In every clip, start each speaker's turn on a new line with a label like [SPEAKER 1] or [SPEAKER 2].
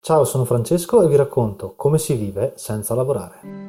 [SPEAKER 1] Ciao, sono Francesco e vi racconto come si vive senza lavorare.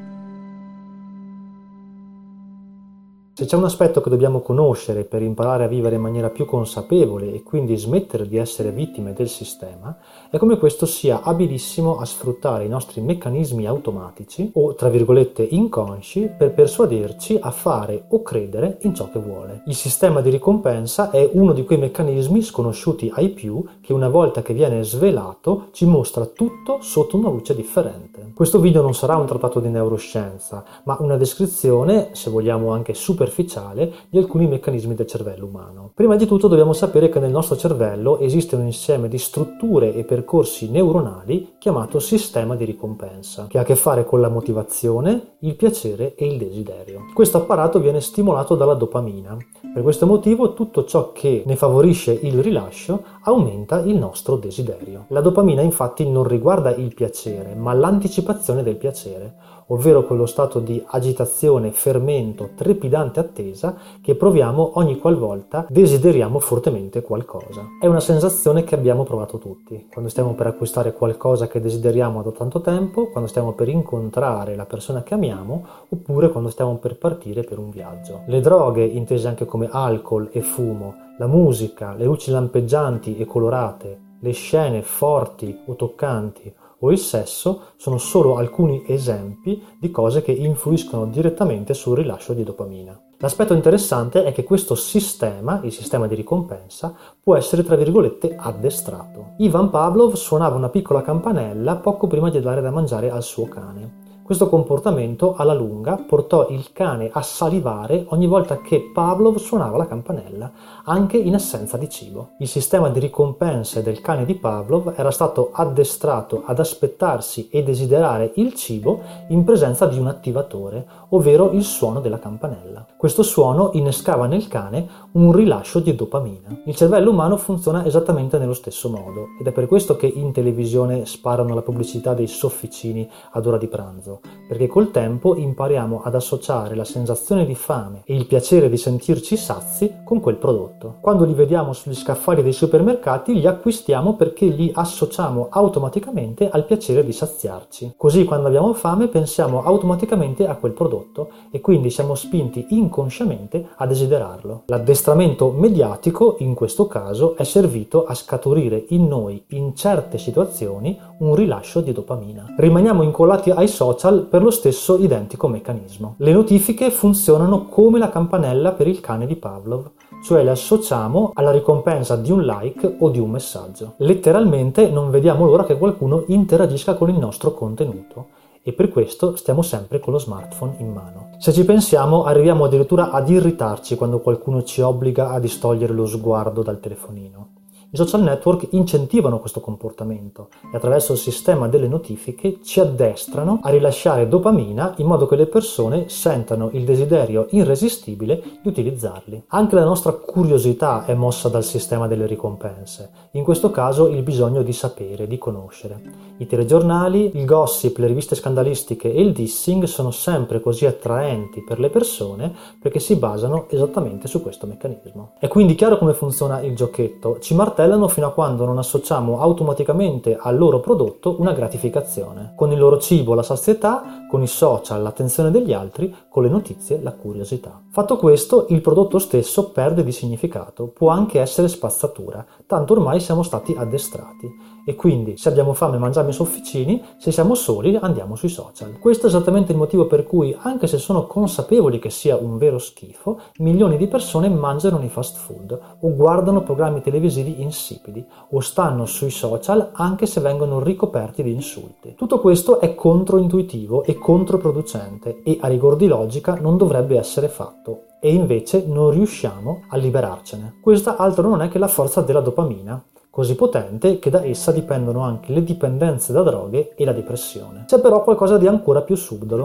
[SPEAKER 1] Se c'è un aspetto che dobbiamo conoscere per imparare a vivere in maniera più consapevole e quindi smettere di essere vittime del sistema, è come questo sia abilissimo a sfruttare i nostri meccanismi automatici o, tra virgolette, inconsci per persuaderci a fare o credere in ciò che vuole. Il sistema di ricompensa è uno di quei meccanismi sconosciuti ai più che una volta che viene svelato ci mostra tutto sotto una luce differente. Questo video non sarà un trattato di neuroscienza, ma una descrizione, se vogliamo anche superficiale, di alcuni meccanismi del cervello umano. Prima di tutto dobbiamo sapere che nel nostro cervello esiste un insieme di strutture e percorsi neuronali chiamato sistema di ricompensa, che ha a che fare con la motivazione, il piacere e il desiderio. Questo apparato viene stimolato dalla dopamina. Per questo motivo tutto ciò che ne favorisce il rilascio aumenta il nostro desiderio. La dopamina infatti non riguarda il piacere, ma l'anticipazione del piacere, ovvero quello stato di agitazione, fermento, trepidante attesa che proviamo ogni qualvolta desideriamo fortemente qualcosa. È una sensazione che abbiamo provato tutti, quando stiamo per acquistare qualcosa che desideriamo da tanto tempo, quando stiamo per incontrare la persona che amiamo, oppure quando stiamo per partire per un viaggio. Le droghe, intese anche come alcol e fumo, la musica, le luci lampeggianti e colorate, le scene forti o toccanti, o il sesso sono solo alcuni esempi di cose che influiscono direttamente sul rilascio di dopamina. L'aspetto interessante è che questo sistema, il sistema di ricompensa, può essere tra virgolette addestrato. Ivan Pavlov suonava una piccola campanella poco prima di dare da mangiare al suo cane. Questo comportamento alla lunga portò il cane a salivare ogni volta che Pavlov suonava la campanella, anche in assenza di cibo. Il sistema di ricompense del cane di Pavlov era stato addestrato ad aspettarsi e desiderare il cibo in presenza di un attivatore, ovvero il suono della campanella. Questo suono innescava nel cane un rilascio di dopamina. Il cervello umano funziona esattamente nello stesso modo ed è per questo che in televisione sparano la pubblicità dei sofficini ad ora di pranzo, perché col tempo impariamo ad associare la sensazione di fame e il piacere di sentirci sazi con quel prodotto. Quando li vediamo sugli scaffali dei supermercati li acquistiamo perché li associamo automaticamente al piacere di saziarci. Così quando abbiamo fame pensiamo automaticamente a quel prodotto e quindi siamo spinti inconsciamente a desiderarlo. L'addestramento mediatico in questo caso è servito a scaturire in noi in certe situazioni un rilascio di dopamina. Rimaniamo incollati ai social per lo stesso identico meccanismo. Le notifiche funzionano come la campanella per il cane di Pavlov, cioè le associamo alla ricompensa di un like o di un messaggio. Letteralmente non vediamo l'ora che qualcuno interagisca con il nostro contenuto e per questo stiamo sempre con lo smartphone in mano. Se ci pensiamo, arriviamo addirittura ad irritarci quando qualcuno ci obbliga a distogliere lo sguardo dal telefonino. I social network incentivano questo comportamento e attraverso il sistema delle notifiche ci addestrano a rilasciare dopamina in modo che le persone sentano il desiderio irresistibile di utilizzarli. Anche la nostra curiosità è mossa dal sistema delle ricompense, in questo caso il bisogno di sapere, di conoscere. I telegiornali, il gossip, le riviste scandalistiche e il dissing sono sempre così attraenti per le persone perché si basano esattamente su questo meccanismo. È quindi chiaro come funziona il giochetto, ci martellano fino a quando non associamo automaticamente al loro prodotto una gratificazione. Con il loro cibo la sazietà, con i social l'attenzione degli altri, con le notizie la curiosità. Fatto questo, il prodotto stesso perde di significato, può anche essere spazzatura, tanto ormai siamo stati addestrati. E quindi se abbiamo fame mangiamo i sofficini, se siamo soli andiamo sui social. Questo è esattamente il motivo per cui, anche se sono consapevoli che sia un vero schifo, milioni di persone mangiano nei fast food o guardano programmi televisivi insipidi o stanno sui social anche se vengono ricoperti di insulti. Tutto questo è controintuitivo e controproducente e a rigor di logica non dovrebbe essere fatto. E invece non riusciamo a liberarcene. Questa altro non è che la forza della dopamina, così potente che da essa dipendono anche le dipendenze da droghe e la depressione. C'è però qualcosa di ancora più subdolo.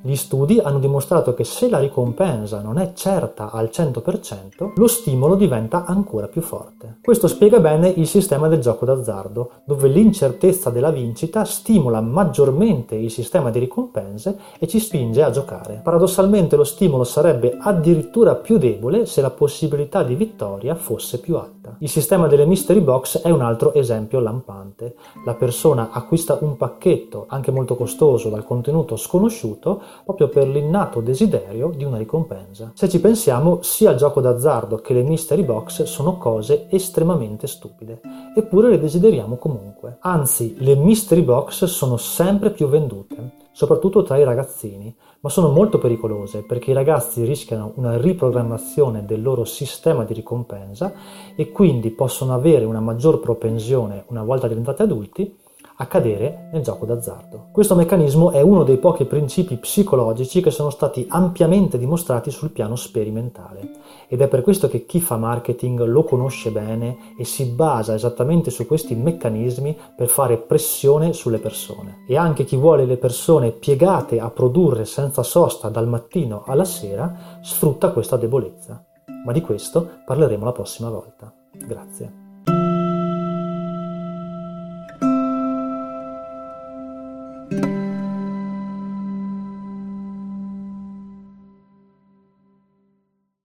[SPEAKER 1] Gli studi hanno dimostrato che se la ricompensa non è certa al 100%, lo stimolo diventa ancora più forte. Questo spiega bene il sistema del gioco d'azzardo, dove l'incertezza della vincita stimola maggiormente il sistema di ricompense e ci spinge a giocare. Paradossalmente lo stimolo sarebbe addirittura più debole se la possibilità di vittoria fosse più alta. Il sistema delle mystery box è un altro esempio lampante. La persona acquista un pacchetto, anche molto costoso, dal contenuto sconosciuto, proprio per l'innato desiderio di una ricompensa. Se ci pensiamo, sia il gioco d'azzardo che le mystery box sono cose estremamente stupide, eppure le desideriamo comunque. Anzi, le mystery box sono sempre più vendute, soprattutto tra i ragazzini, ma sono molto pericolose perché i ragazzi rischiano una riprogrammazione del loro sistema di ricompensa e quindi possono avere una maggior propensione, una volta diventati adulti, a cadere nel gioco d'azzardo. Questo meccanismo è uno dei pochi principi psicologici che sono stati ampiamente dimostrati sul piano sperimentale ed è per questo che chi fa marketing lo conosce bene e si basa esattamente su questi meccanismi per fare pressione sulle persone. E anche chi vuole le persone piegate a produrre senza sosta dal mattino alla sera sfrutta questa debolezza. Ma di questo parleremo la prossima volta. Grazie.
[SPEAKER 2] Thank you.